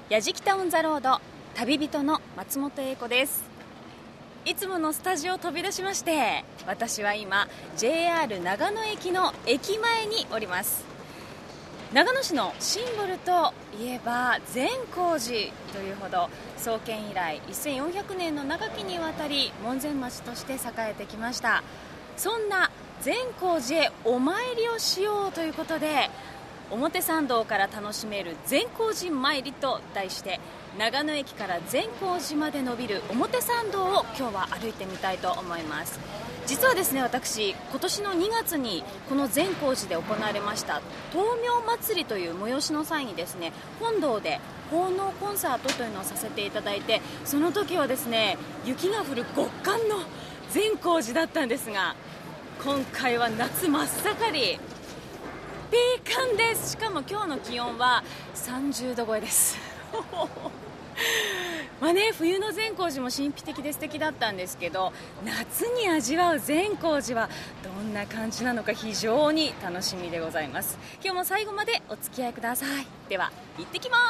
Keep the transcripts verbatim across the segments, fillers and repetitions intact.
やじきたオンザロード、旅人の松本英子です。いつものスタジオを飛び出しまして、私は今 ジェイアール 長野駅の駅前におります。長野市のシンボルといえば善光寺というほど、創建以来せんよんひゃくねんの長きにわたり門前町として栄えてきました。そんな善光寺へお参りをしようということで、表参道から楽しめる善光寺参りと題して、長野駅から善光寺まで伸びる表参道を今日は歩いてみたいと思います。実はですね、私今年のにがつにこの善光寺で行われました灯明祭りという催しの際にですね、本堂で奉納コンサートというのをさせていただいて、その時はですね、雪が降る極寒の善光寺だったんですが、今回は夏真っ盛り、ピーカンです。しかも今日の気温はさんじゅうど超えですまあね、冬の善光寺も神秘的で素敵だったんですけど、夏に味わう善光寺はどんな感じなのか非常に楽しみでございます。今日も最後までお付き合いください。では行ってきます。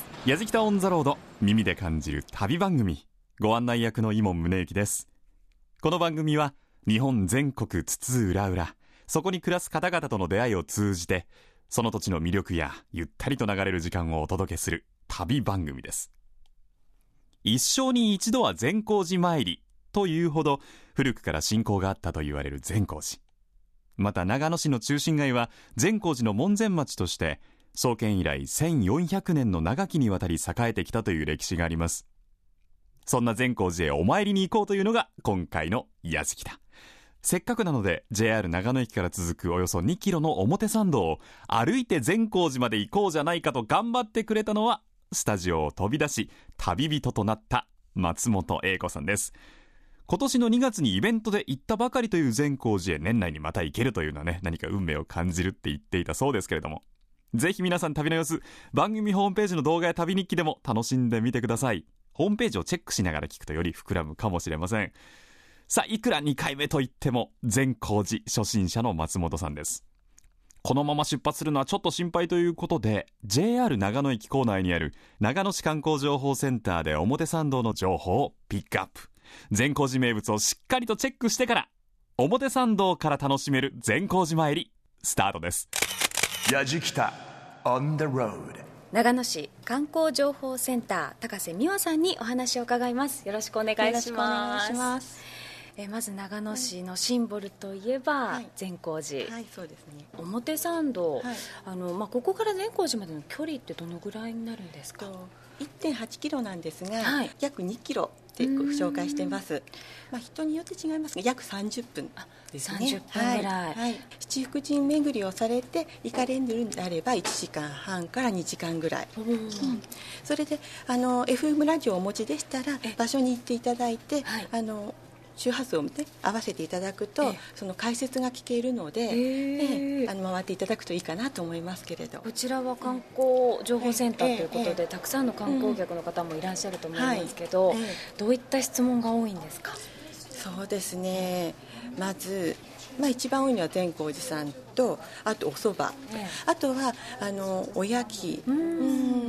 やじきたオンザロード、耳で感じる旅番組、ご案内役の伊門宗行です。この番組は日本全国津々浦々、そこに暮らす方々との出会いを通じて、その土地の魅力やゆったりと流れる時間をお届けする旅番組です。一生に一度は善光寺参りというほど古くから信仰があったと言われる善光寺。また長野市の中心街は善光寺の門前町として創建以来せんよんひゃくねんの長きにわたり栄えてきたという歴史があります。そんな善光寺へお参りに行こうというのが今回のやじきた。せっかくなので ジェイアール 長野駅から続くおよそにキロの表参道を歩いて善光寺まで行こうじゃないかと頑張ってくれたのは、スタジオを飛び出し旅人となった松本英子さんです。今年のにがつにイベントで行ったばかりという善光寺へ年内にまた行けるというのはね、何か運命を感じるって言っていたそうですけれども、ぜひ皆さん旅の様子、番組ホームページの動画や旅日記でも楽しんでみてください。ホームページをチェックしながら聞くとより膨らむかもしれません。さあ、いくらにかいめといっても善光寺初心者の松本さんです。このまま出発するのはちょっと心配ということで、 ジェイアール 長野駅構内にある長野市観光情報センターで表参道の情報をピックアップ。善光寺名物をしっかりとチェックしてから、表参道から楽しめる善光寺参りスタートです。 やじきた on the road。 長野市観光情報センター、高瀬美和さんにお話を伺います。よろしくお願いします。 よろしくお願いします。 えまず長野市のシンボルといえば、はい、善光寺、 はい、そうですね。 表参道、はい、あのまあ、ここから善光寺までの距離ってどのぐらいになるんですか？ いってんはちキロなんですが、はい、約にキロってご紹介しています。まあ、人によって違いますが約さんじゅっぷんですね。 さんじゅっぷんぐらい、はいはい、七福神巡りをされて行かれるんであればいちじかんはんからにじかんぐらい、うん、それであの エフエム ラジオをお持ちでしたら場所に行っていただいて、はい、あの周波数を、ね、合わせていただくとその解説が聞けるので、ええ、あの回っていただくといいかなと思いますけれど、 こちらは観光情報センターということで、ええ、たくさんの観光客の方もいらっしゃると思いますけど、はい、ええ、どういった質問が多いんですか？ そうですね、まず、まあ、一番多いのは善光寺さんと、あとお蕎麦、ええ、あとはあのおやき、うん、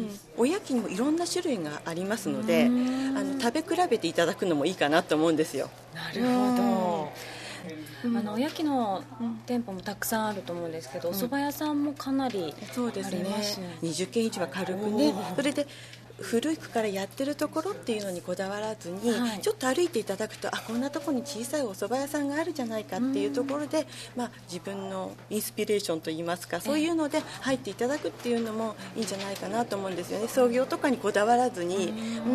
おやきにもいろんな種類がありますので、あの食べ比べていただくのもいいかなと思うんですよ。 なるほど。うん、あのおやきの店舗もたくさんあると思うんですけど、うん、お蕎麦屋さんもかなりあります。 そうですね、にじゅっけん以上は軽くね。それで古くからやってるところっていうのにこだわらずに、はい、ちょっと歩いていただくと、あ、こんなところに小さいお蕎麦屋さんがあるじゃないかっていうところで、まあ、自分のインスピレーションといいますか、そういうので入っていただくっていうのもいいんじゃないかなと思うんですよね。創業とかにこだわらずに、うん、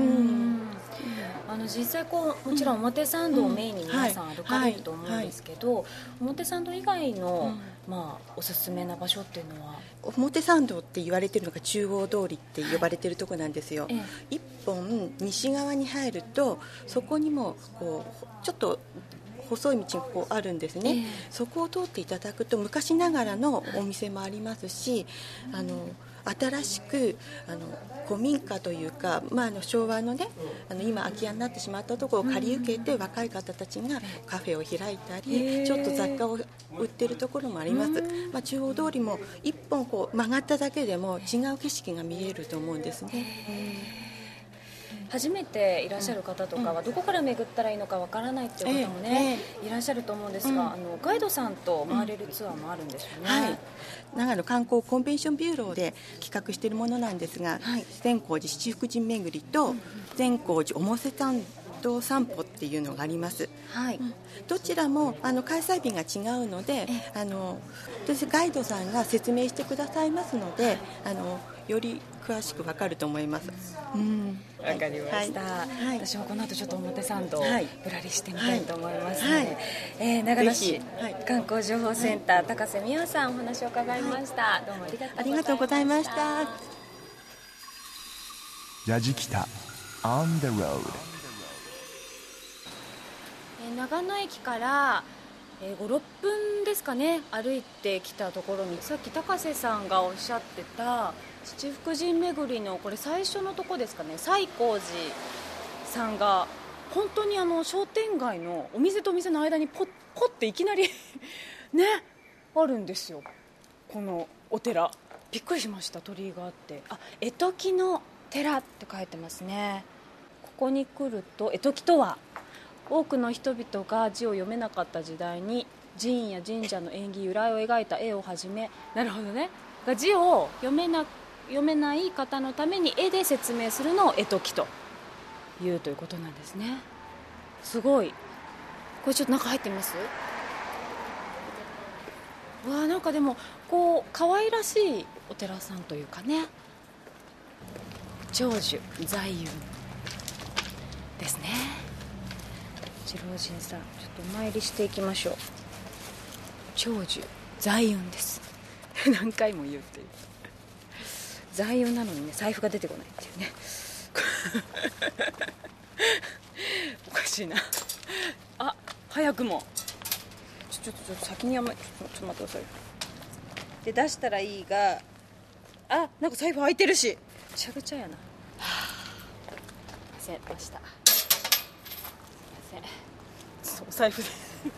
あの実際こうもちろん表参道をメインに皆さん歩かれると思うんですけど、表参道以外の、うん、まあ、おすすめな場所っていうのは？ 表参道って言われてるのが中央通りって呼ばれてるとこなんですよ、はい、一本西側に入るとそこにもこうちょっと細い道がこうあるんですね、えー、そこを通っていただくと昔ながらのお店もありますし、あの新しくあの古民家というか、まあ、あの昭和のねあの今空き家になってしまったところを借り受けて、うん、若い方たちがカフェを開いたりちょっと雑貨を売ってるところもあります、まあ、中央通りも一本こう曲がっただけでも違う景色が見えると思うんですね。 初めていらっしゃる方とかはどこから巡ったらいいのかわからないっていう方もね、えーえー、いらっしゃると思うんですが、うん、あのガイドさんと回れるツアーもあるんですよね、うんはい、 長野観光コンベンションビューローで企画しているものなんですが、はい、善光寺七福神巡りと善光寺表参道散歩っていうのがあります、はいうん、どちらもあの開催日が違うのであの私ガイドさんが説明してくださいますのであのより詳しく分かると思います。 うん、分かりました、はい、私もこの後ちょっと表参道、はい、ぶらりしてみたいと思いますので、はいえー、長野市観光情報センター、はい、高瀬美代さんお話を伺いました、はい、どうもありがとうございました。 ラジキタ On the road。 長野駅からご、ろっぷんですかね歩いてきたところにさっき高瀬さんがおっしゃってた七福神巡りのこれ最初のとこですかね西光寺さんが本当にあの商店街のお店とお店の間にポッポッていきなりねあるんですよ。このお寺びっくりしました。鳥居があってあ絵解きの寺って書いてますね。ここに来ると絵解きとは多くの人々が字を読めなかった時代に寺院や神社の縁起由来を描いた絵をはじめなるほどね字を読めな、読めない方のために絵で説明するのを絵解きというということなんですね。すごいこれちょっと中入ってみます。わあなんかでもこう可愛らしいお寺さんというかね長寿財運ですね。一郎神さんちょっとお参りしていきましょう。長寿財運です何回も言うっていう財運なのにね財布が出てこないっていうねおかしいなあ早くもちょっとちょっと先にやめちょっと待ってください。で出したらいいがあなんか財布開いてるしぐちゃぐちゃやな。はあ、すいません出したお財布で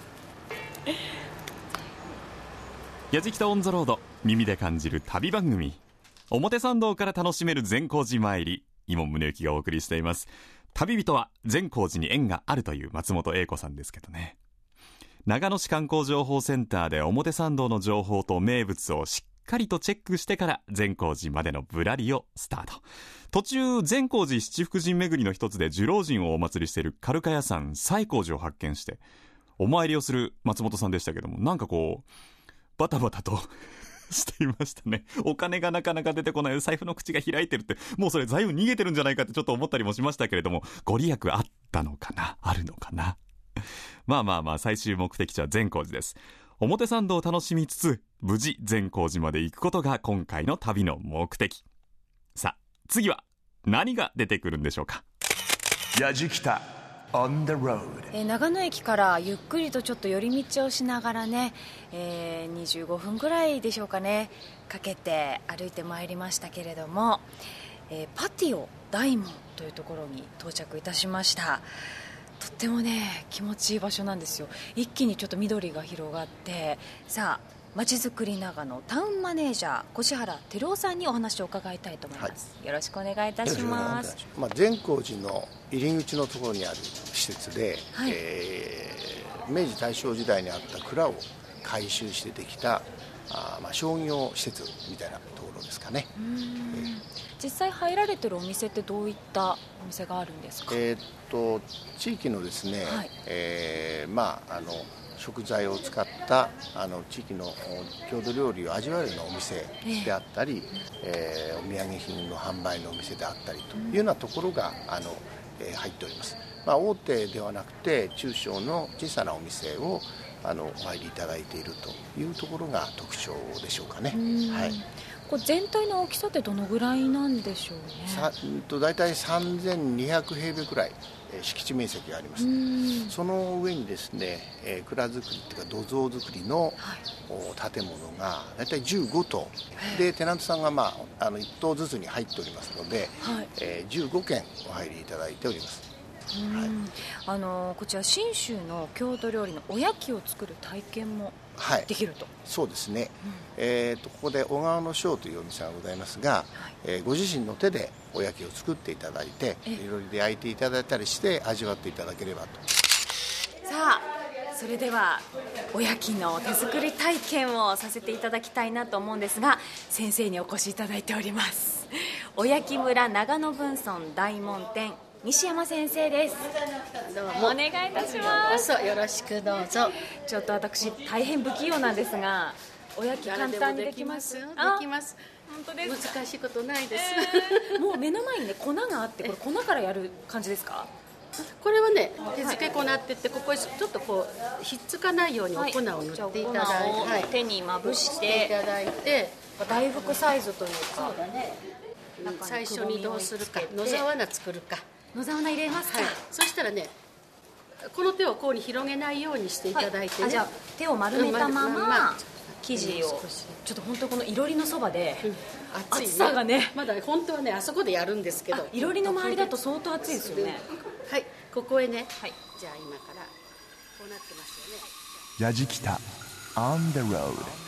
やじきたオンザロード耳で感じる旅番組表参道から楽しめる善光寺参り伊門宗行がお送りしています。旅人は善光寺に縁があるという松本英子さんですけどね。長野市観光情報センターで表参道の情報と名物をしっかりとチェックしてから善光寺までのぶらりをスタート。途中善光寺七福神巡りの一つで寿老神をお祭りしているカルカ屋さん西光寺を発見してお参りをする松本さんでしたけどもなんかこうバタバタとしていましたね。お金がなかなか出てこない財布の口が開いてるってもうそれ財運逃げてるんじゃないかってちょっと思ったりもしましたけれどもご利益あったのかなあるのかなまあまあまあ最終目的地は善光寺です。表参道を楽しみつつ無事善光寺まで行くことが今回の旅の目的。さあ次は何が出てくるんでしょうか。 やじきた On the road。 えー、長野駅からゆっくりとちょっと寄り道をしながらね、えー、にじゅうごふんぐらいでしょうかねかけて歩いてまいりましたけれども、えー、パティオ大門というところに到着いたしました。とってもね気持ちいい場所なんですよ。一気にちょっと緑が広がってさあまちづくり長野タウンマネージャー越原照夫さんにお話を伺いたいと思います、はい、よろしくお願いいたします。 まあ、善光寺の入り口のところにある施設で、はいえー、明治大正時代にあった蔵を改修してできたあ、まあ、商業施設みたいなところですかね。 うーん、えー、実際入られてるお店ってどういったお店があるんですか。 えー、っと地域のですね、はいえー、まああの食材を使ったあの地域の郷土料理を味わえるようなお店であったり、えーえー、お土産品の販売のお店であったりというようなところがあの、えー、入っております。まあ、大手ではなくて中小の小さなお店をあのお入りいただいているというところが特徴でしょうかね。 はい、 こう全体の大きさってどのぐらいなんでしょうね。 さと大体さんぜんにひゃくへいべいくらい敷地面積があります。その上にですね、えー、蔵造りっていうか土蔵造りの、はい、建物が大体じゅうごとうで、テナントさんが、まあ、あのいっとうずつに入っておりますので、はい、えー、じゅうごけんお入りいただいております。 はい、あのこちら信州の郷土料理のおやきを作る体験もできると、 はい、そうですね、うん、えー、とここで小川の庄というお店がございますが、はい、えー、ご自身の手でおやきを作っていただいて、いろいろで焼いていただいたりして味わっていただければと。 さあ、それではおやきの手作り体験をさせていただきたいなと思うんですが、先生にお越しいただいております。おやき村長野分村大門店西山先生です。 どうもお願いいたします。 よろしくどうぞ。 ちょっと私大変不器用なんですが、おやき簡単にできます。 できます。 本当ですか。 難しいことないです、 えー、もう目の前に、ね、粉があって、これ粉からやる感じですか。 これはね、手付け粉って言って、ここにちょっとこうひっつかないようにお粉を塗っていただいて、 はい、手にまぶしていただいて、 大福サイズというか、 そうだね、最初にどうするか、野沢菜作るか。 野沢菜入れますか、はい、 そしたらね、この手をこうに広げないようにしていただいて、ね、はい、 じゃあ手を丸めたまま生地を、ちょっと本当このいろりのそばで、うん、熱いね、暑さがね、 まだ本当はねあそこでやるんですけど、 いろりの周りだと相当暑いですよね。 はい、ここへね、はい、じゃあ今からこうなってますよね。 やじきた on the road。 でも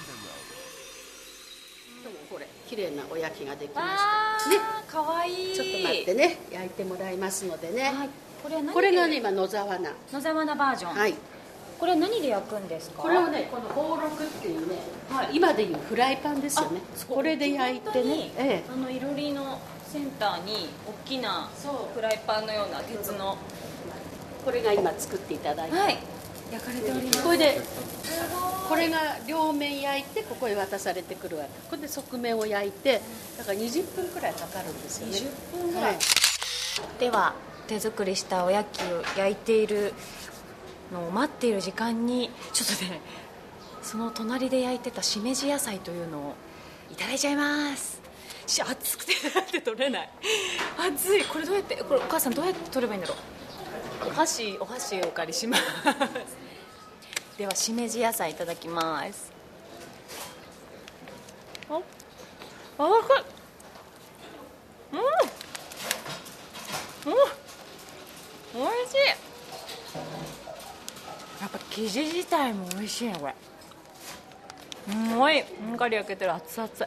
これ綺麗なおやきができましたね。 かわいい。 ちょっと待ってね、焼いてもらいますのでね、はい、 これは何で、 これがね今野沢菜野沢菜バージョン、 はい、 これは何で焼くんですか。 これはね、この宝禄っていうね、はい、今でいうフライパンですよね。これで焼いてね、 ええ、あのいろりのセンターに大きなフライパンのような鉄の、 これが今作っていただいて、 はい、焼かれております。 これでこれが両面焼いてここへ渡されてくるわけ。これで側面を焼いて、だからにじゅっぷんくらいかかるんですよね。 にじゅっぷんぐらい、はい、では手作りしたおやきを焼いているのを待っている時間に、ちょっとね、その隣で焼いてたしめじ野菜というのをいただいちゃいます。し熱くてだって取れない。熱い。これどうやって、これお母さんどうやって取ればいいんだろう。お箸お箸をお借りしますではしめじ野菜いただきます。あ、あわかい。うんうん、おいしい。やっぱ生地自体も美味しいね。これすごいしんかり焼けてる。熱々、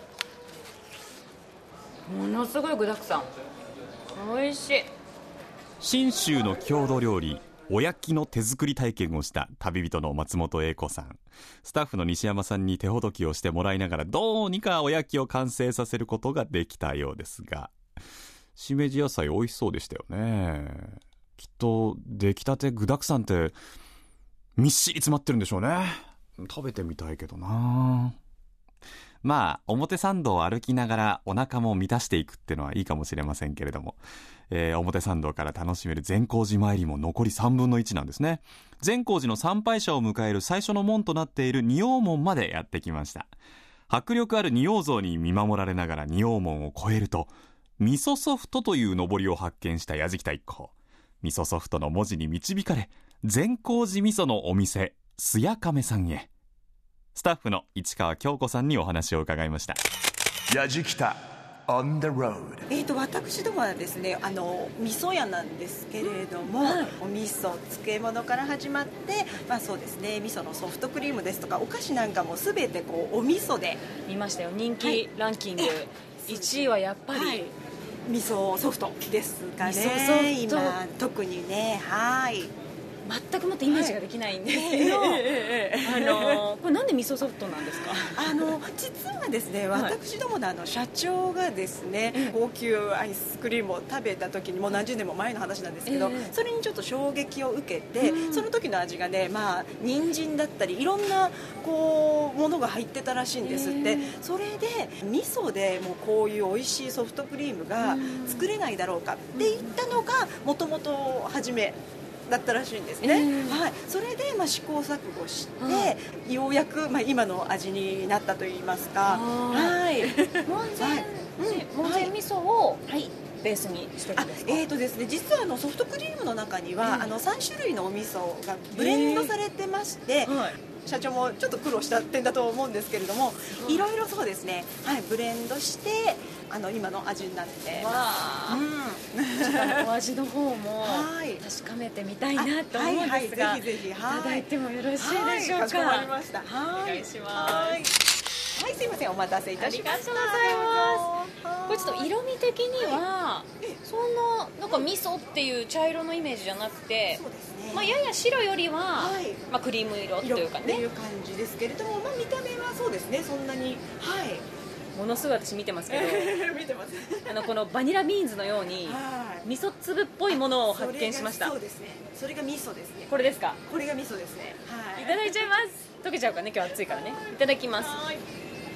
ものすごい具だくさん、美味しい。 信州の郷土料理おやきの手作り体験をした旅人の松本英子さん、スタッフの西山さんに手ほどきをしてもらいながら、どうにかおやきを完成させることができたようですが、しめじ野菜美味しそうでしたよね。きっと出来たて具だくさんってみっしり詰まってるんでしょうね。食べてみたいけどな。まあ表参道を歩きながらお腹も満たしていくってのはいいかもしれませんけれども、えー、表参道から楽しめる善光寺参りも残りさんぶんのいちなんですね。善光寺の参拝者を迎える最初の門となっている仁王門までやってきました。迫力ある仁王像に見守られながら仁王門を越えると、味噌ソフトという上りを発見したやじきた一行。味噌ソフトの文字に導かれ、善光寺味噌のお店すや亀さんへ。スタッフの市川京子さんにお話を伺いました。 やじきた on the road。 えーと私どもはですね、あの味噌屋なんですけれども、はい、お味噌漬物から始まって、まあそうですね、味噌のソフトクリームですとかお菓子なんかもすべてこうお味噌で。 見ましたよ、人気ランキング、はい、いちいはやっぱり、はい、 味噌ソフトですかね。今特にね、はい、 全くもってイメージができないんですけど、はい、あのこれなんで味噌ソフトなんですか。 あの実はですね、私どものあの社長がですね、はい、高級アイスクリームを食べた時に、もう何十年も前の話なんですけど、えー、それにちょっと衝撃を受けて、うん、その時の味がね、まあ人参だったりいろんなこうものが入ってたらしいんですって、えー、それで味噌でもうこういう美味しいソフトクリームが作れないだろうかって言ったのがもともと初めだったらしいんですね、えーはい、それでまあ試行錯誤して、はい、ようやくまあ今の味になったといいますか、はい、 門前、はいうん、門前味噌を、はいベースにしてるんですか？ えーとですね、実はあのソフトクリームの中には、うん、あのさん種類のお味噌がブレンドされてまして、はい、社長もちょっと苦労した点だと思うんですけれども、いろいろそうですね、はい、ブレンドしてあの今の味になってます。 うん、ちょっとお味の方も確かめてみたいなと思うんですが、はいはい、ぜひぜひ、はい、いただいてもよろしいでしょうか？はい、かしこまりました。はい、お願いします。 はい、すいません、お待たせいたしました。 ありがとうございます。これちょっと色味的には、はい、そんななんか味噌っていう茶色のイメージじゃなくて、そうですね、まあ、やや白よりは、はい、まあ、クリーム色というかね、 っていう感じですけれども、まあ、見た目はそうですね、そんなに、はい、 ものすごい私見てますけど見てますあのこのバニラビーンズのように、はい、味噌粒っぽいものを発見しました。 そうですね、それが味噌ですね。 これですか？ これが味噌ですね。はい、 いただいちゃいます。溶けちゃうからね、今日暑いからね。いただきます。はい、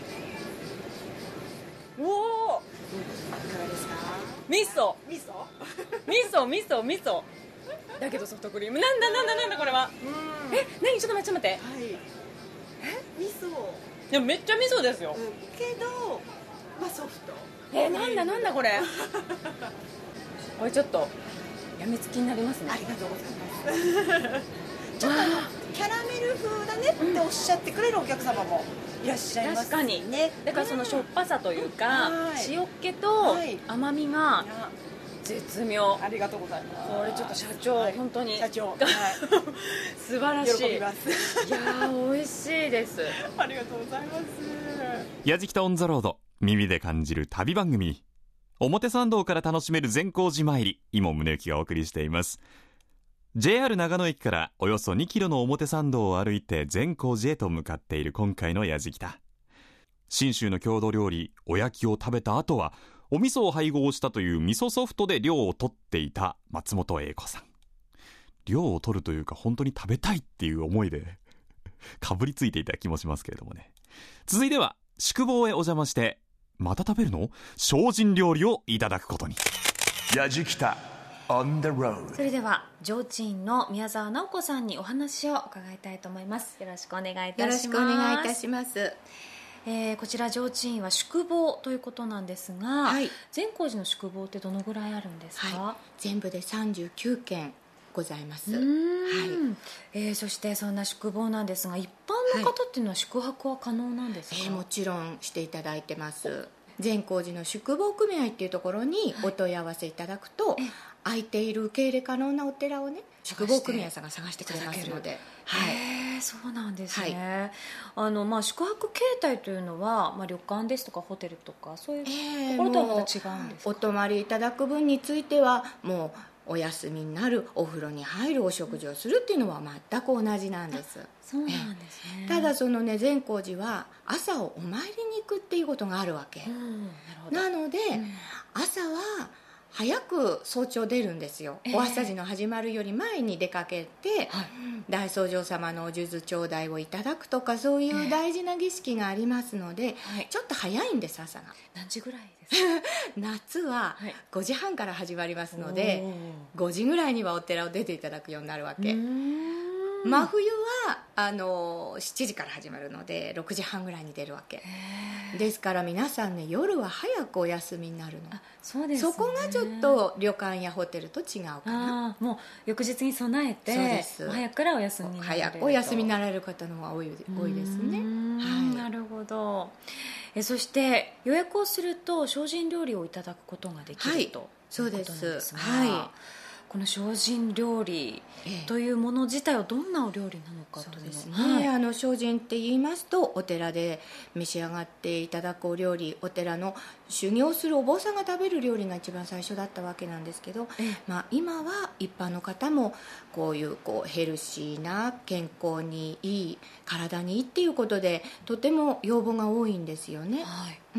おお、いかがですか？ 味噌味噌味噌味噌味噌だけどソフトクリームなんだなんだなんだこれは。うん、え、何、ちょっと待ってちょっと待って、はい、 え、味噌、 いやめっちゃ味噌ですよ、うん、 けど、まあ、ソフト、 え、なんだなんだこれこれちょっとやみつきになりますね。 ありがとうございますちょっとあのキャラメル風だねっておっしゃってくれるお客様もいらっしゃいますね。 確かにね。だからそのしょっぱさというか、うん、塩気と甘みが絶妙。 ありがとうございます。 これちょっと社長、はい、本当に社長、はい、 素晴らしい。 喜びますいやー美味しいですありがとうございます。 やじきたオンザロード、耳で感じる旅番組。表参道から楽しめる善光寺参り、伊茂宗行がお送りしています。 ジェイアール 長野駅からおよそにキロの表参道を歩いて善光寺へと向かっている今回のやじきた。信州の郷土料理おやきを食べた後はお味噌を配合したという味噌ソフトで量を取っていた松本英子さん。量を取るというか本当に食べたいっていう思いでかぶりついていた気もしますけれどもね。続いては宿坊へお邪魔して、また食べるの？精進料理をいただくことに。 やじきた on the road。 それでは上智の宮沢直子さんにお話を伺いたいと思います。よろしくお願いいたします。 よろしくお願いいたします。 えー、こちら上智院は宿坊ということなんですが、はい、善光寺の宿坊ってどのぐらいあるんですか？ はい、全部でさんじゅうきゅうけんございます。 はい、えー、そしてそんな宿坊なんですが、一般の方っていうのは宿泊は可能なんですか？ はい、えー、もちろんしていただいてます。善光寺の宿坊組合っていうところにお問い合わせいただくと、はい、空いている受け入れ可能なお寺をね、宿坊組合さんが探してくれますので。 はい、へー、そうなんですね。はい、あのまあ、宿泊形態というのは、まあ、旅館ですとかホテルとかそういうところとはまた違うんですか？ えー、お泊まりいただく分についてはもうお休みになる、お風呂に入る、お食事をするっていうのは全く同じなんです。 そうなんですね。 ただそのね、善光寺は朝をお参りに行くっていうことがあるわけ、うん、な, なので、うん、朝は早く早朝出るんですよ、えー、お朝事の始まるより前に出かけて、はい、大僧正様のお数珠頂戴をいただくとか、そういう大事な儀式がありますので、えーはい、ちょっと早いんです。朝が何時ぐらいですか？ 夏はごじはんから始まりますので、ごじぐらいにはお寺を出ていただくようになるわけ。真冬はあのしちじから始まるのでろくじはんぐらいに出るわけですから、皆さんね、夜は早くお休みになるの。 あ、そうですね。 そこがちょっと旅館やホテルと違うかな。 あ、もう翌日に備えて、そうです、早くからお休みになられると。 早くお休みになられる方の方が多い、多いですね。 はい、なるほど。えそして予約をすると精進料理をいただくことができる、はい、ということなんですが、はい、この精進料理というもの自体はどんなお料理なのかというのは、そうですね、 はい、あの精進って言いますと、お寺で召し上がっていただくお料理、お寺の修行するお坊さんが食べる料理が一番最初だったわけなんですけど、まあ、今は一般の方もこういう、こうヘルシーな、健康にいい、体にいいっていうことでとても要望が多いんですよね。はい、うん、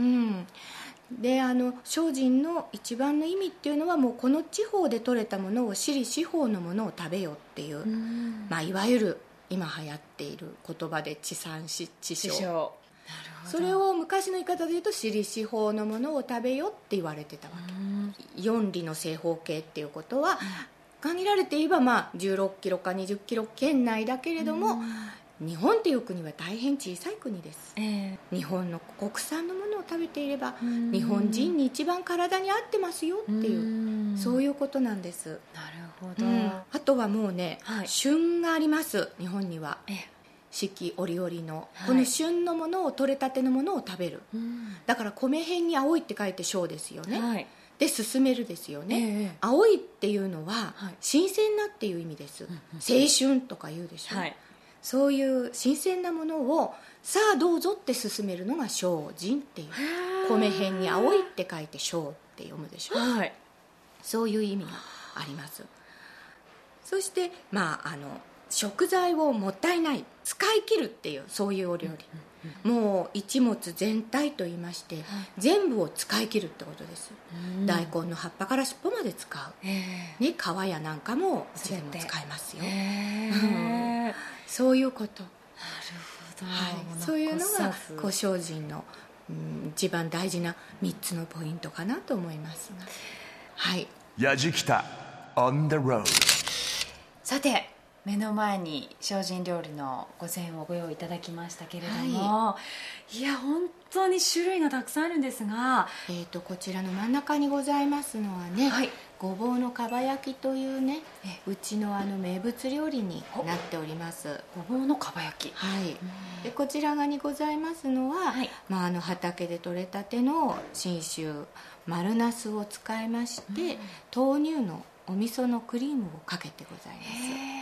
であの精進の一番の意味っていうのは、もうこの地方で採れたものを、私利私法のものを食べよっていう、まあ、いわゆる今流行っている言葉で地産地消、それを昔の言い方で言うと私利私法のものを食べよって言われてたわけ。四利の正方形っていうことは、 限られて言えば、まあ、じゅうろっキロかにじゅっキロ圏内だけれども、日本っていう国は大変小さい国です、えー、日本の国産のものを食べていれば日本人に一番体に合ってますよっていう、うそういうことなんです。 なるほど、 うん、あとはもうね、はい、旬があります。日本には、えー、四季折々の、はい、この旬のものを取れたてのものを食べる、だから米辺に青いって書いて小ですよね、はい、で進めるですよね、えー、青いっていうのは、はい、新鮮なっていう意味です、うんうん、青春とか言うでしょ、はい、そういう新鮮なものをさあどうぞって進めるのが精進っていう、米辺に青いって書いて精って読むでしょ、はい、そういう意味があります。そして、まあ、あの食材をもったいない使い切るっていうそういうお料理、うんうんうん、もう一物全体と言いまして、はい、全部を使い切るってことです、うん、大根の葉っぱから尻尾まで使う、ね、皮やなんかもうちでも使えますよ、うん、そういうこと。なるほど、はい、そういうのがこう精進の、うん、一番大事なみっつのポイントかなと思いますが、はい、 やじきた on the road。 さて目の前に精進料理の御膳をご用意いただきましたけれども、はい、いや本当に種類がたくさんあるんですが、 えー、とこちらの真ん中にございますのはね、はい、ごぼうのかば焼きというね、うちのあの名物料理になっております。 ごぼうのかば焼き、 はい、でこちら側にございますのは、はい、まあ、あの畑で採れたての信州丸ナスを使いまして、うん、豆乳のお味噌のクリームをかけてございます。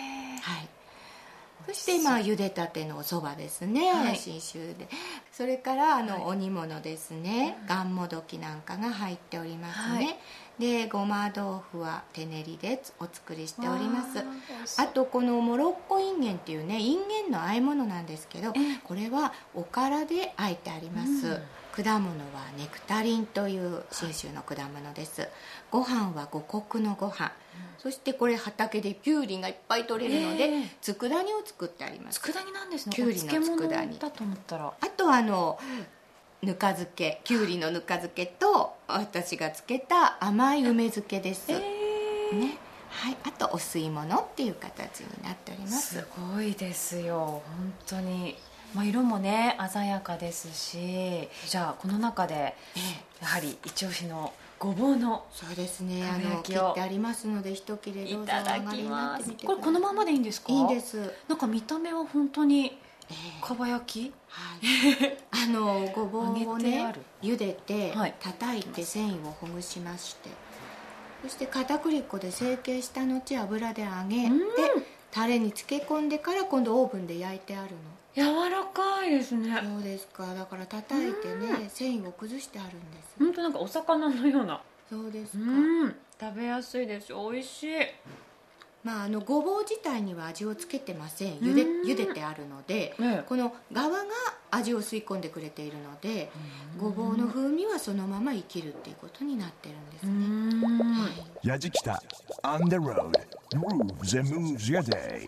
はい、そしてまあ茹でたてのおそばですね、はい、信州で。それからあの、はい、お煮物ですね、がんもどきなんかが入っておりますね、はい、でごま豆腐は手練りでお作りしております。あとこのモロッコインゲンっていうね、インゲンの和え物なんですけど、これはおからで和えてあります、うん、果物はネクタリンという信州の果物です、はい、ご飯は五穀のご飯、うん、そしてこれ畑できゅうりがいっぱい取れるので、えー、佃煮を作ってあります。 佃煮なんですね。 きゅうりの佃煮だと思ったら、 あとはあのぬか漬け、きゅうりのぬか漬けと私が漬けた甘い梅漬けです、えーね、はい、あとお吸い物っていう形になっております。 すごいですよ本当に、まあ、色もね鮮やかですし、じゃあこの中でやはり一押しのごぼうのそうですね、あの切ってありますので一切れどうぞお上がりになってみてください。 これこのままでいいんですか？ いいんです。 なんか見た目は本当にかば焼き、 はい、あのごぼうをね茹でて叩いて繊維をほぐしまして、そして片栗粉で成形した後油で揚げてタレに漬け込んでから今度オーブンで焼いてあるの。 柔らかいですね。 そうですか。だから叩いてね繊維を崩してあるんです。 本当なんかお魚のような。 そうですか。 うん、食べやすいです。美味しい。 まあ、あのごぼう自体には味をつけてません。ゆで、茹でてあるので、ね、この側が味を吸い込んでくれているので、ごぼうの風味はそのまま生きるっていうことになってるんですね。はい、 やじきた on the road grooves and moves your day。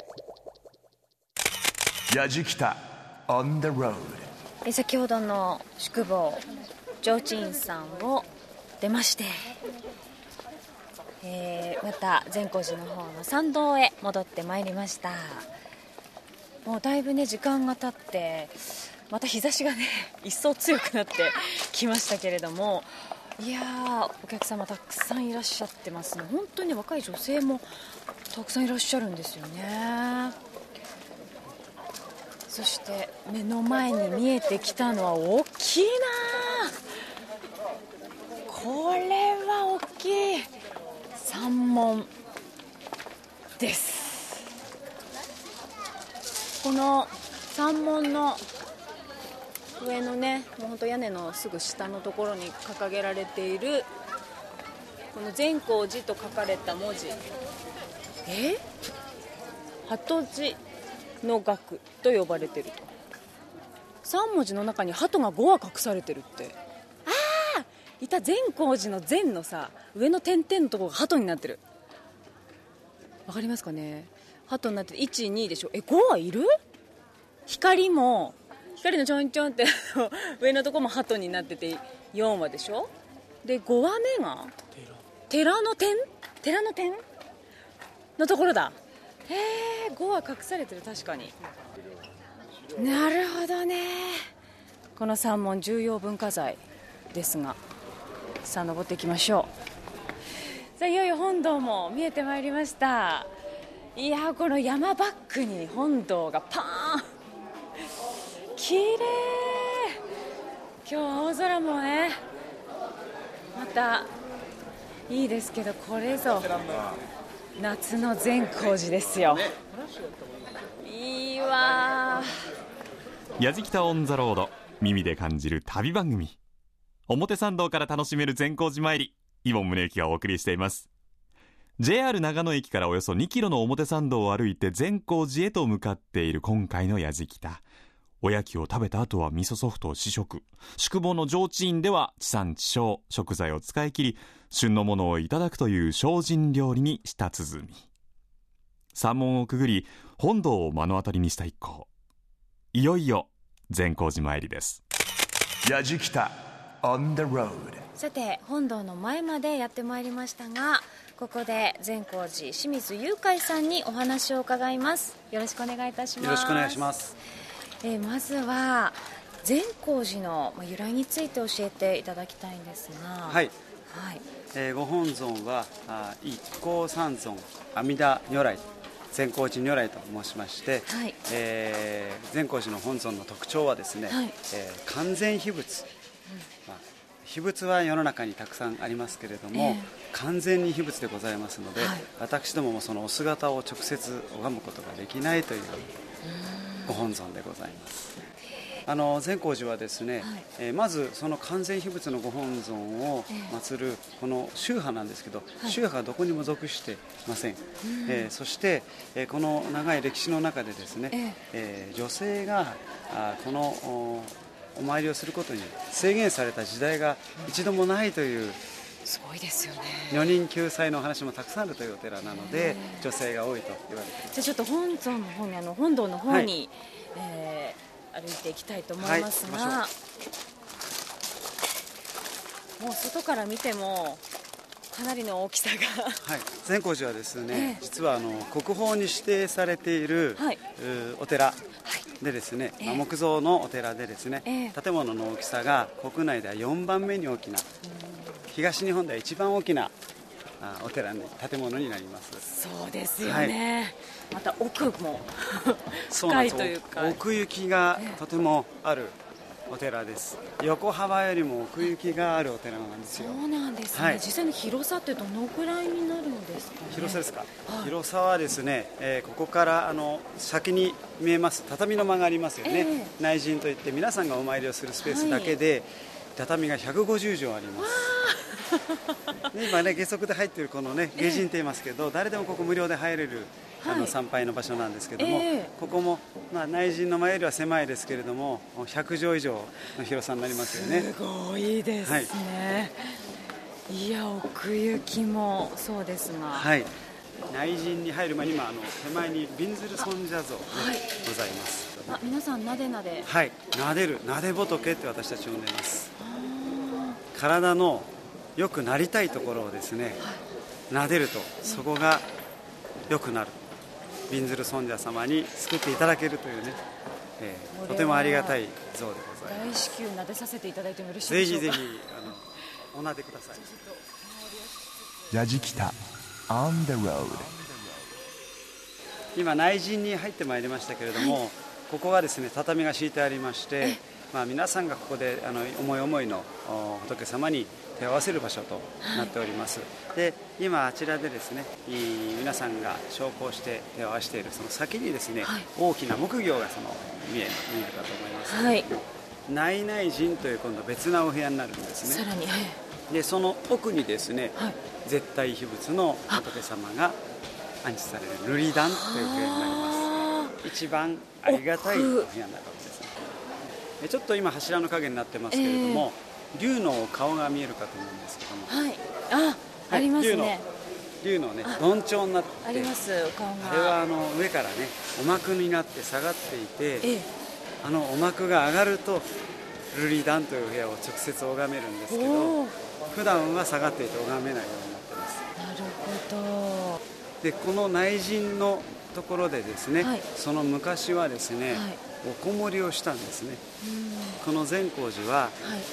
やじきた on the road。 先ほどの宿坊提灯さんを出まして、えー、また善光寺の方の参道へ戻ってまいりました。もうだいぶね時間が経ってまた日差しがね一層強くなってきましたけれども、いやーお客様たくさんいらっしゃってますね。本当に若い女性もたくさんいらっしゃるんですよね。そして目の前に見えてきたのは大きいな。これは大きい三門です。この三門の上のね、もうほんと屋根のすぐ下のところに掲げられているこの善光寺と書かれた文字、え鳩字の額と呼ばれていると。さん文字の中に鳩がご羽隠されてるって。ああいた、善光寺の善のさ上の点々のところが鳩になってる。わかりますかね。鳩になってていち、にでしょ。えご羽いる。光も光のちょんちょんって上のところも鳩になっててよん羽でしょ。でご羽目が寺の点寺の点のところだ。へえ、ごは隠されてる。確かに。なるほどね。この三門重要文化財ですが、さあ登っていきましょう。さあいよいよ本堂も見えてまいりました。いや、この山バックに本堂がパーン、綺麗。今日青空もねまたいいですけど、これぞ夏の善光寺ですよ。いいわ。 やじきたオンザロード、耳で感じる旅番組。表参道から楽しめる善光寺参り、伊門宗行がお送りしています。 ジェイアール 長野駅からおよそにキロの表参道を歩いて善光寺へと向かっている今回のやじきた。おやきを食べた後は味噌ソフトを試食、宿坊の上智院では地産地消、食材を使い切り旬のものをいただくという精進料理に舌鼓。山門をくぐり本堂を目の当たりにした一行、いよいよ善光寺参りです。 やじきた on the road。 さて本堂の前までやってまいりましたが、ここで善光寺清水雄海さんにお話を伺います。よろしくお願いいたします。 よろしくお願いします。 えー、まずは善光寺の由来について教えていただきたいんですが。 はい、 はい。 えー、ご本尊はあ一光三尊阿弥陀如来、善光寺如来と申しまして、はい、えー、善光寺の本尊の特徴はですね、はい、えー、完全秘仏、うん、まあ、秘仏は世の中にたくさんありますけれども、えー、完全に秘仏でございますので、はい、私どももそのお姿を直接拝むことができないというご本尊でございます。あの善光寺はですね、はい、えー、まずその完全秘仏のご本尊を祀るこの宗派なんですけど、はい、宗派がどこにも属してません、えー、そして、えー、この長い歴史の中でですね、えーえー、女性があこの お, お参りをすることに制限された時代が一度もないという、 すごいですよね。 女人救済のお話もたくさんあるというお寺なので、女性が多いと言われています。 じゃあちょっと本尊の方に、あの本堂の方に、はい、えー歩いていきたいと思いますが、はい、もう外から見てもかなりの大きさが、はい、 善光寺はですね、えー、実はあの国宝に指定されている、はい、お寺でですね、はい、まあ、木造のお寺でですね、えー、建物の大きさが国内ではよんばんめに大きな、東日本では一番大きなお寺の建物になります。 そうですよね、はい、また奥も深いというか、 奥行きがとてもあるお寺です。横幅よりも奥行きがあるお寺なんですよ。 そうなんですね、はい、実際の広さってどのくらいになるんですかね。 広さですか、はい、広さはですね、えー、ここからあの先に見えます畳の間がありますよね、えー、内陣といって皆さんがお参りをするスペースだけで、はい、畳がひゃくごじゅうじょうありますで今ね下足で入っているこのね下陣って言いますけど、えー、誰でもここ無料で入れるあの参拝の場所なんですけども、えー、ここも、まあ、内陣の前よりは狭いですけれどもひゃくじょう以上の広さになりますよね。 すごいですね、はい、いや奥行きもそうですが、 はい、内陣に入る前に、まあ、あの手前にびんずる尊者像、ね、はい、ございます。 あ、皆さんなでなで、 はい、なでるなで仏って私たち呼んでいます。体の良くなりたいところをですね、はい、なでるとそこが良くなる、びんずる尊者様に救っていただけるというね、えー、とてもありがたい像でございます。 大至急なでさせていただいてもよろしいでしょうか。 ぜひぜひあのおなでください。 やじきた on the road。 今内陣に入ってまいりましたけれども、はい、ここはですね畳が敷いてありまして、まあ、皆さんがここであの思い思いの仏様に手を合わせる場所となっております、はい、で今あちらでですね皆さんが昇降して手を合わせているその先にですね、はい、大きな木魚がその見えるかと思います、はい、内内陣という今度別なお部屋になるんですね。 さらに、はい、 でその奥にですね、はい、絶対秘仏の仏様が安置される瑠璃壇という部屋になります。一番ありがたいお部屋になるわけですね。ちょっと今柱の影になってますけれども、えー、竜の顔が見えるかと思うんですけども、 はい、あ、はい、ありますね。 竜のね、どんちょうになってあります顔が。 あれはあの上からねお幕になって下がっていて、ええ、あのお幕が上がると瑠璃壇という部屋を直接拝めるんですけど、普段は下がっていて拝めないようになってます。 なるほど。 でこの内陣のところでですね、 はい、 その昔はですね、はい、おこもりをしたんですね。この善光寺は、はい、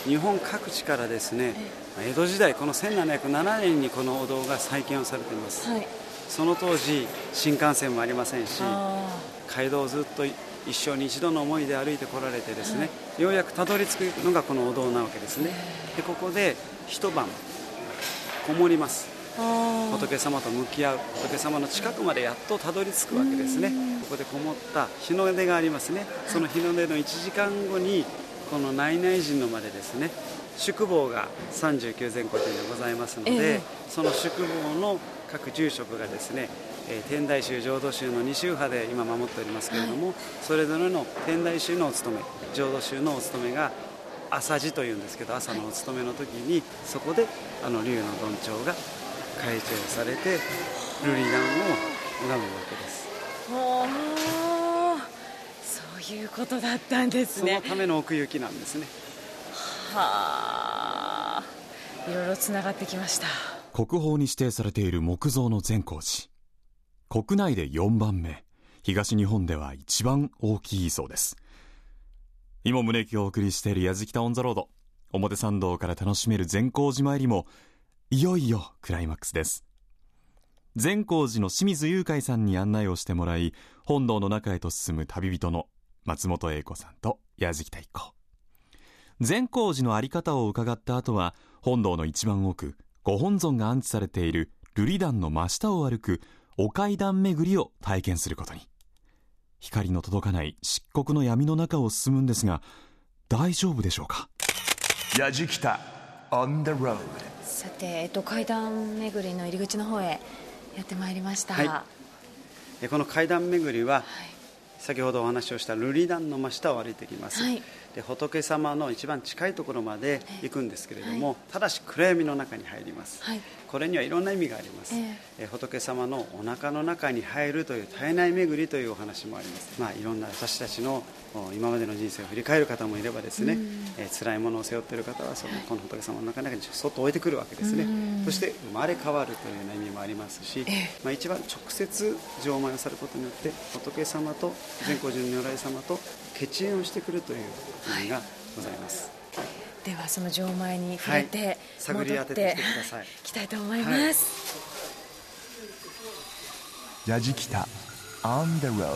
日本各地からですね、江戸時代このせんななひゃくななねんにこのお堂が再建をされています、はい、その当時新幹線もありませんし、街道をずっと一生に一度の思いで歩いてこられてですね、はい、ようやくたどり着くのがこのお堂なわけですね。でここで一晩こもります。仏様と向き合う、仏様の近くまでやっとたどり着くわけですね。ここでこもった日の出がありますね。その日の出のいちじかんごにこの内々陣のまでですね、宿坊がさんじゅうきゅう善光寺でございますので、えー、その宿坊の各住職がですね、えー、天台宗浄土宗のに宗派で今守っておりますけれども、はい、それぞれの天台宗のお勤め、浄土宗のお勤めが朝時というんですけど、朝のお勤めの時にそこであの龍のどんちょうが開帳されて瑠璃壇を拝むわけです。 おー、そういうことだったんですね。 そのための奥行きなんですね。 はあ、いろいろつながってきました。 国宝に指定されている木造の善光寺、国内でよんばんめ、東日本では一番大きいそうです。今宗行をお送りしているやじきたオンザロード、表参道から楽しめる善光寺参りもいよいよクライマックスです。善光寺の清水雄海さんに案内をしてもらい、本堂の中へと進む旅人の松本英子さんと矢敷太一行。善光寺のあり方を伺った後は、本堂の一番奥、ご本尊が安置されている瑠璃壇の真下を歩くお階段巡りを体験することに。光の届かない漆黒の闇の中を進むんですが、大丈夫でしょうか。 矢敷太 on the road。 さて、えっと、階段巡りの入り口の方へやってまいりました、 はい、この階段巡りは、はい、先ほどお話をした瑠璃壇の真下を歩いてきます、はい、で仏様の一番近いところまで行くんですけれども、はい、ただし暗闇の中に入ります、はい、これにはいろんな意味があります、えー、仏様のお腹の中に入るという体内巡りというお話もあります、まあ、いろんな私たちの今までの人生を振り返る方もいればですね、えー、辛いものを背負っている方はそのこの仏様の中にそっと置いてくるわけですね。そして生まれ変わるというような意味もありますし、えーまあ、一番直接錠前をされることによって仏様と善光寺の如来様と血縁をしてくるという意味がございます、 はい、ではその錠前に触れて、はい、 探り当ててきてください。 いきたいと思います。 矢敷太 on the road。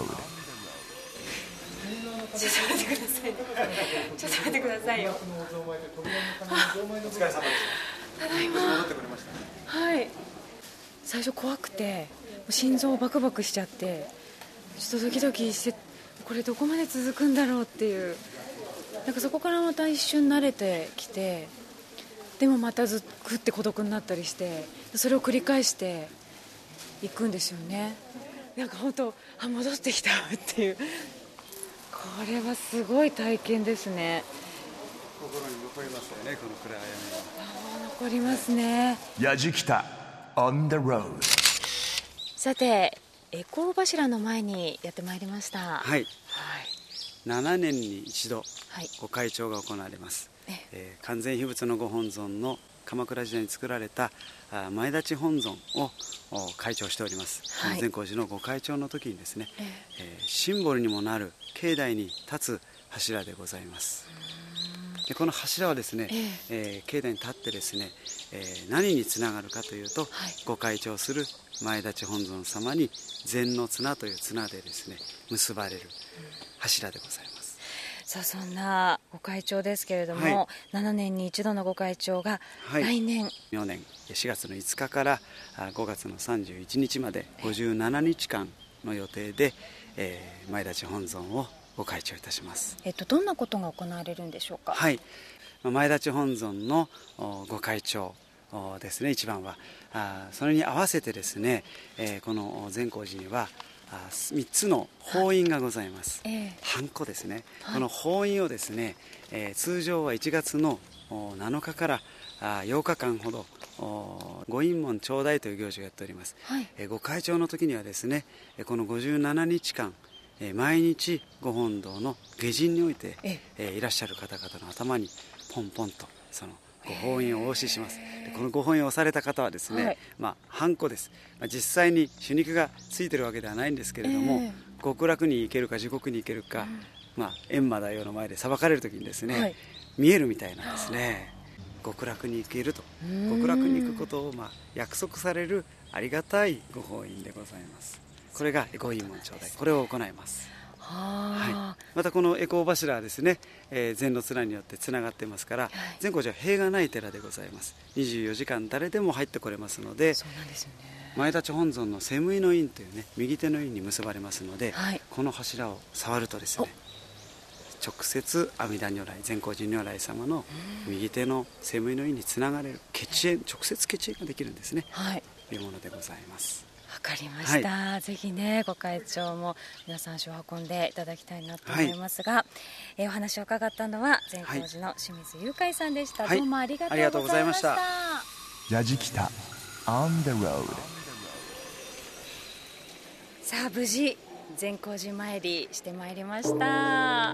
ちょっと待ってくださいちょっと待ってくださいよ。 お疲れ様でした。 ただいま。 戻ってくれましたね。 はい、最初怖くて心臓バクバクしちゃって、ちょっとドキドキして、これどこまで続くんだろうっていう、なんかそこからまた一瞬慣れてきて、でもまたずっくって孤独になったりして、それを繰り返していくんですよね。なんか本当、あ、戻ってきたっていう、これはすごい体験ですね。 心に残りますよね、この暗闇は。 残りますね。 矢敷太 on the road。 さて、回向柱の前にやってまいりました。はい、はい、 ななねんに一度、はい、ご開帳が行われます。ええー、完全秘仏のご本尊の鎌倉時代に作られたあ前立本尊を開帳しております、はい、善光寺のご開帳の時にですね、ええー、シンボルにもなる境内に立つ柱でございます。でこの柱はですね、えーえー、境内に立ってですね、えー、何につながるかというと、はい、ご開帳する前立本尊様に禅の綱という綱でですね結ばれる柱でございます。 さあ、そんなご開帳ですけれども、はい、ななねんに一度のご開帳が来年、はい、 明年しがつのいつかからごがつのさんじゅういちにちまでごじゅうななにちかんの予定で、えー、前立本尊をご開帳いたします。 えっと、どんなことが行われるんでしょうか。 はい、前立本尊のご開帳ですね、一番はあそれに合わせてですね、えー、この善光寺にはみっつの法印がございます、えー、ハンコですね、はい、この法印をですね、えー、通常はいちがつのなのかからあようかかんほどご印門頂戴という行事をやっております、はい、えー、ご開帳の時にはですねこのごじゅうななにちかん、えー、毎日ご本堂の下陣において、えー、いらっしゃる方々の頭にポンポンとそのご法印をお押しします。でこのご法印を押された方はですね、はい、まあ、ハンコです、まあ、実際に手肉がついてるわけではないんですけれども、えー、極楽に行けるか地獄に行けるか、うん、まあ、閻魔大王の前で裁かれる時にですね、はい、見えるみたいなんですね。極楽に行けると、極楽に行くことをまあ約束されるありがたいご法印でございます。これがご印文頂戴、これを行います。はい、またこの回向柱はですね、えー、禅の綱によってつながってますから、はい、善光寺は塀がない寺でございます。にじゅうよじかん誰でも入ってこれますので、 そうなんですよね、 前立本尊のセムイの印というね、右手の印に結ばれますので、はい、この柱を触るとですね、直接阿弥陀如来、善光寺如来様の右手のセムイの印につながれる血縁、直接血縁ができるんですね、はい、というものでございます。 わかりました、はい、ぜひねご会長も皆さん足を運んでいただきたいなと思いますが、はい、えー、お話を伺ったのは善光寺の清水雄海さんでした、はい、どうもありがとうございました。 やじきた On the road。 さあ無事善光寺参りしてまいりました。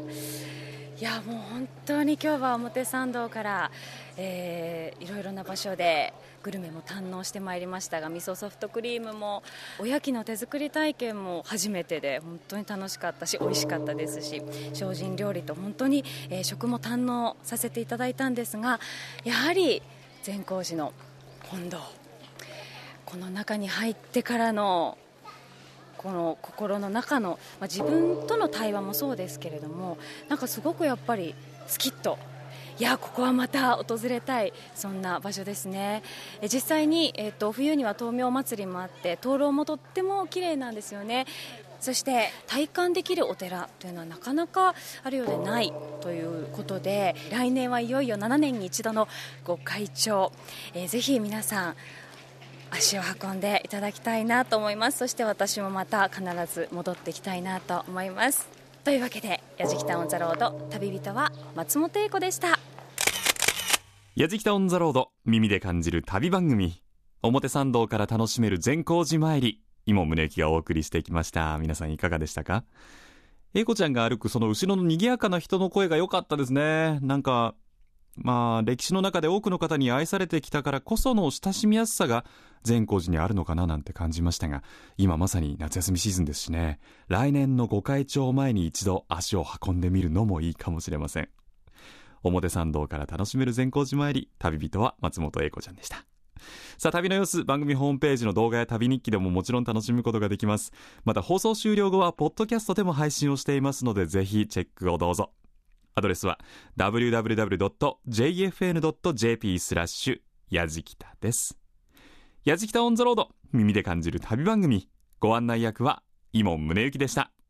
いやもう本当に今日は表参道から、えー、いろいろな場所でグルメも堪能してまいりましたが、味噌ソフトクリームもおやきの手作り体験も初めてで本当に楽しかったし美味しかったですし、精進料理と本当に、えー、食も堪能させていただいたんですが、やはり善光寺の本堂、この中に入ってからのこの心の中の、まあ、自分との対話もそうですけれども、なんかすごくやっぱりスキッと、いやここはまた訪れたい、そんな場所ですね。え実際に、えー、と冬には灯明祭りもあって、灯籠もとっても綺麗なんですよね。そして体感できるお寺というのはなかなかあるようでないということで、来年はいよいよななねんに一度のご開帳、えー、ぜひ皆さん足を運んでいただきたいなと思います。そして私もまた必ず戻ってきたいなと思います。というわけでやじきたオンザロード、旅人は松本英子でした。 やじきたオンザロード、耳で感じる旅番組、表参道から楽しめる善光寺参り、今宗行がお送りしてきました。皆さんいかがでしたか？英子ちゃんが歩くその後ろの賑やかな人の声が良かったですね。なんかまあ歴史の中で多くの方に愛されてきたからこその親しみやすさが善光寺にあるのかななんて感じましたが、今まさに夏休みシーズンですしね、来年のご開帳前に一度足を運んでみるのもいいかもしれません。表参道から楽しめる善光寺参り、旅人は松本英子ちゃんでした。さあ旅の様子、番組ホームページの動画や旅日記でももちろん楽しむことができます。また放送終了後はポッドキャストでも配信をしていますので、ぜひチェックをどうぞ。アドレスは ダブリューダブリューダブリュードットジェイエフエヌドットジェーピースラッシュやじきたです。やじきたオンザロード、耳で感じる旅番組、ご案内役は伊門宗行でした。